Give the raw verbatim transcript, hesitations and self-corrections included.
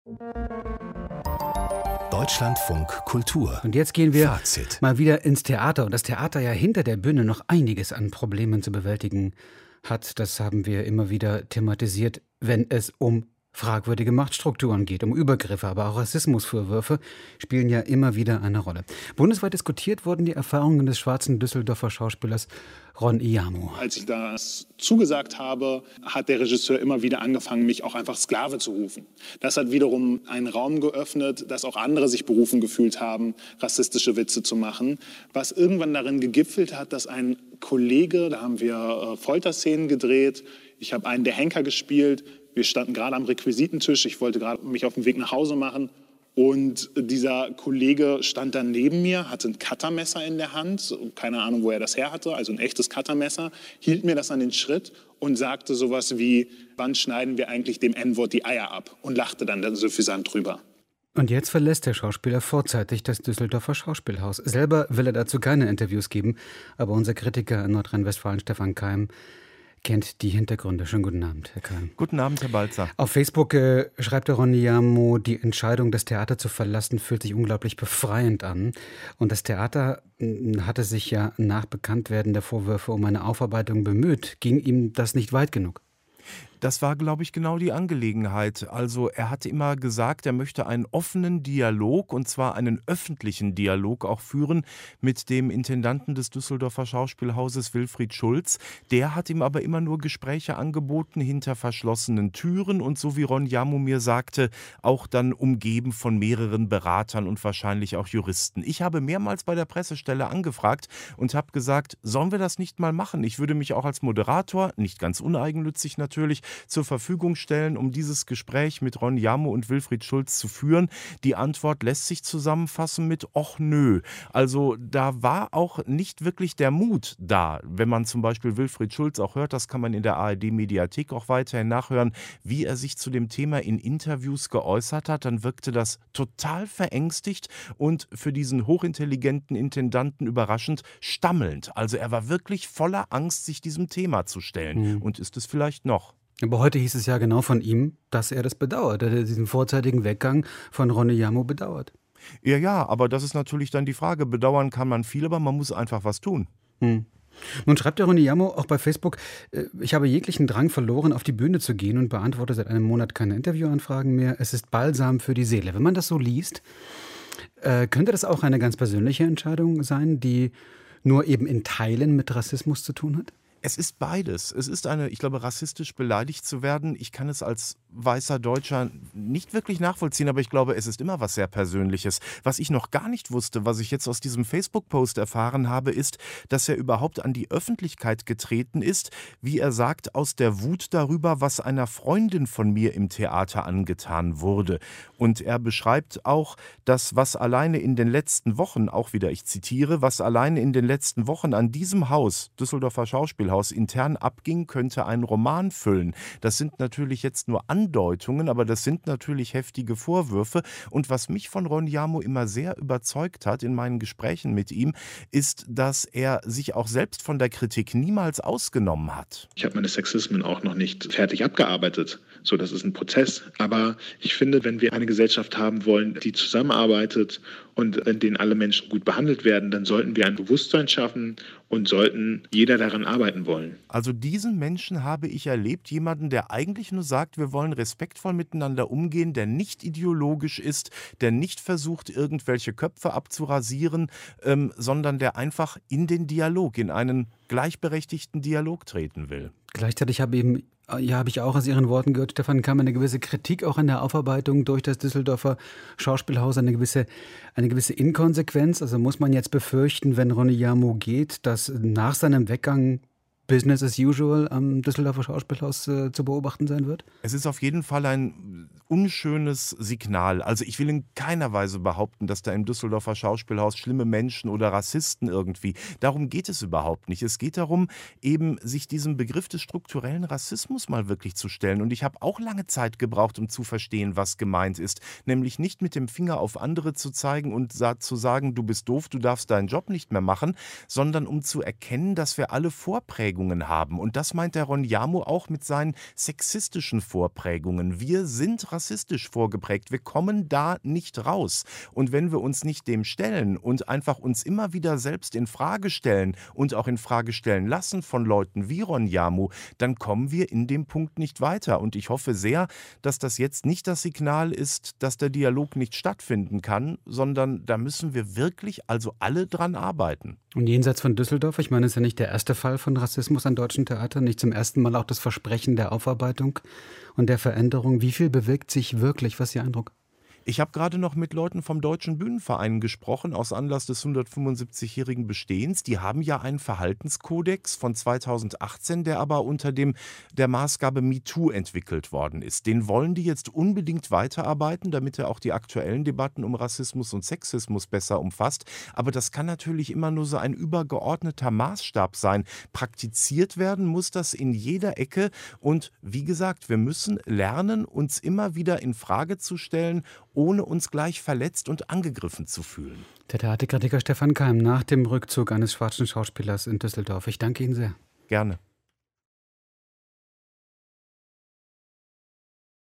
Deutschlandfunk Kultur. Und jetzt gehen wir Fazit. mal wieder ins Theater. Und das Theater ja hinter der Bühne noch einiges an Problemen zu bewältigen hat. Das haben wir immer wieder thematisiert, wenn es um fragwürdige Machtstrukturen geht, um Übergriffe, aber auch Rassismusvorwürfe spielen ja immer wieder eine Rolle. Bundesweit diskutiert wurden die Erfahrungen des schwarzen Düsseldorfer Schauspielers Ron Iyamu. Als ich das zugesagt habe, hat der Regisseur immer wieder angefangen, mich auch einfach Sklave zu rufen. Das hat wiederum einen Raum geöffnet, dass auch andere sich berufen gefühlt haben, rassistische Witze zu machen, was irgendwann darin gegipfelt hat, dass ein Kollege, da haben wir äh, Folterszenen gedreht, ich habe einen der Henker gespielt, wir standen gerade am Requisitentisch, ich wollte gerade mich auf den Weg nach Hause machen und dieser Kollege stand dann neben mir, hatte ein Cuttermesser in der Hand, keine Ahnung, wo er das her hatte, also ein echtes Cuttermesser, hielt mir das an den Schritt und sagte sowas wie, wann schneiden wir eigentlich dem En-Wort die Eier ab? Und lachte dann suffisant drüber. Und jetzt verlässt der Schauspieler vorzeitig das Düsseldorfer Schauspielhaus. Selber will er dazu keine Interviews geben, aber unser Kritiker in Nordrhein-Westfalen, Stefan Keim, kennt die Hintergründe. Schönen guten Abend, Herr Keim. Guten Abend, Herr Balzer. Auf Facebook äh, schreibt der Ron Iyamu, die Entscheidung, das Theater zu verlassen, fühlt sich unglaublich befreiend an. Und das Theater äh, hatte sich ja nach Bekanntwerden der Vorwürfe um eine Aufarbeitung bemüht. Ging ihm das nicht weit genug? Das war, glaube ich, genau die Angelegenheit. Also er hatte immer gesagt, er möchte einen offenen Dialog, und zwar einen öffentlichen Dialog auch führen mit dem Intendanten des Düsseldorfer Schauspielhauses Wilfried Schulz. Der hat ihm aber immer nur Gespräche angeboten hinter verschlossenen Türen und so wie Ron Iyamu mir sagte, auch dann umgeben von mehreren Beratern und wahrscheinlich auch Juristen. Ich habe mehrmals bei der Pressestelle angefragt und habe gesagt, sollen wir das nicht mal machen? Ich würde mich auch als Moderator, nicht ganz uneigennützig natürlich, zur Verfügung stellen, um dieses Gespräch mit Ron Iyamu und Wilfried Schulz zu führen. Die Antwort lässt sich zusammenfassen mit och nö. Also da war auch nicht wirklich der Mut da. Wenn man zum Beispiel Wilfried Schulz auch hört, das kann man in der A R D-Mediathek auch weiterhin nachhören, wie er sich zu dem Thema in Interviews geäußert hat, dann wirkte das total verängstigt und für diesen hochintelligenten Intendanten überraschend stammelnd. Also er war wirklich voller Angst, sich diesem Thema zu stellen. Mhm. Und ist es vielleicht noch. Aber heute hieß es ja genau von ihm, dass er das bedauert, dass er diesen vorzeitigen Weggang von Ron Iyamu bedauert. Ja, ja, aber das ist natürlich dann die Frage. Bedauern kann man viel, aber man muss einfach was tun. Hm. Nun schreibt der Ron Iyamu auch bei Facebook, ich habe jeglichen Drang verloren, auf die Bühne zu gehen und beantworte seit einem Monat keine Interviewanfragen mehr. Es ist Balsam für die Seele. Wenn man das so liest, könnte das auch eine ganz persönliche Entscheidung sein, die nur eben in Teilen mit Rassismus zu tun hat? Es ist beides. Es ist eine, ich glaube, rassistisch beleidigt zu werden. Ich kann es als weißer Deutscher nicht wirklich nachvollziehen, aber ich glaube, es ist immer was sehr Persönliches. Was ich noch gar nicht wusste, was ich jetzt aus diesem Facebook-Post erfahren habe, ist, dass er überhaupt an die Öffentlichkeit getreten ist, wie er sagt, aus der Wut darüber, was einer Freundin von mir im Theater angetan wurde. Und er beschreibt auch, dass was alleine in den letzten Wochen, auch wieder ich zitiere, was alleine in den letzten Wochen an diesem Haus, Düsseldorfer Schauspielhaus, intern abging, könnte einen Roman füllen. Das sind natürlich jetzt nur Andeutungen, aber das sind natürlich heftige Vorwürfe. Und was mich von Ron Iyamu immer sehr überzeugt hat in meinen Gesprächen mit ihm, ist, dass er sich auch selbst von der Kritik niemals ausgenommen hat. Ich habe meine Sexismen auch noch nicht fertig abgearbeitet. So, das ist ein Prozess. Aber ich finde, wenn wir eine Gesellschaft haben wollen, die zusammenarbeitet und in denen alle Menschen gut behandelt werden, dann sollten wir ein Bewusstsein schaffen und sollten jeder daran arbeiten wollen. Also diesen Menschen habe ich erlebt, jemanden, der eigentlich nur sagt, wir wollen respektvoll miteinander umgehen, der nicht ideologisch ist, der nicht versucht, irgendwelche Köpfe abzurasieren, ähm, sondern der einfach in den Dialog, in einen gleichberechtigten Dialog treten will. Gleichzeitig habe eben Ja, habe ich auch aus Ihren Worten gehört, Stefan, kam eine gewisse Kritik auch an der Aufarbeitung durch das Düsseldorfer Schauspielhaus, eine gewisse, eine gewisse Inkonsequenz. Also muss man jetzt befürchten, wenn Ron Iyamu geht, dass nach seinem Weggang Business as usual am Düsseldorfer Schauspielhaus äh, zu beobachten sein wird? Es ist auf jeden Fall ein unschönes Signal. Also ich will in keiner Weise behaupten, dass da im Düsseldorfer Schauspielhaus schlimme Menschen oder Rassisten irgendwie, darum geht es überhaupt nicht. Es geht darum, eben sich diesem Begriff des strukturellen Rassismus mal wirklich zu stellen. Und ich habe auch lange Zeit gebraucht, um zu verstehen, was gemeint ist. Nämlich nicht mit dem Finger auf andere zu zeigen und zu sagen, du bist doof, du darfst deinen Job nicht mehr machen, sondern um zu erkennen, dass wir alle Vorprägungen Vorprägungen haben. Und das meint der Ronjamo auch mit seinen sexistischen Vorprägungen. Wir sind rassistisch vorgeprägt. Wir kommen da nicht raus. Und wenn wir uns nicht dem stellen und einfach uns immer wieder selbst in Frage stellen und auch in Frage stellen lassen von Leuten wie Ronjamo, dann kommen wir in dem Punkt nicht weiter. Und ich hoffe sehr, dass das jetzt nicht das Signal ist, dass der Dialog nicht stattfinden kann, sondern da müssen wir wirklich also alle dran arbeiten. Und jenseits von Düsseldorf, ich meine, es ist ja nicht der erste Fall von Rassismus an deutschen Theatern, nicht zum ersten Mal auch das Versprechen der Aufarbeitung und der Veränderung. Wie viel bewegt sich wirklich? Was ist Ihr Eindruck? Ich habe gerade noch mit Leuten vom Deutschen Bühnenverein gesprochen, aus Anlass des hundertfünfundsiebzigjährigen Bestehens. Die haben ja einen Verhaltenskodex von zweitausendachtzehn, der aber unter dem der Maßgabe MeToo entwickelt worden ist. Den wollen die jetzt unbedingt weiterarbeiten, damit er auch die aktuellen Debatten um Rassismus und Sexismus besser umfasst. Aber das kann natürlich immer nur so ein übergeordneter Maßstab sein. Praktiziert werden muss das in jeder Ecke. Und wie gesagt, wir müssen lernen, uns immer wieder in Frage zu stellen, ohne uns gleich verletzt und angegriffen zu fühlen. Der Theaterkritiker Stefan Keim nach dem Rückzug eines schwarzen Schauspielers in Düsseldorf. Ich danke Ihnen sehr. Gerne.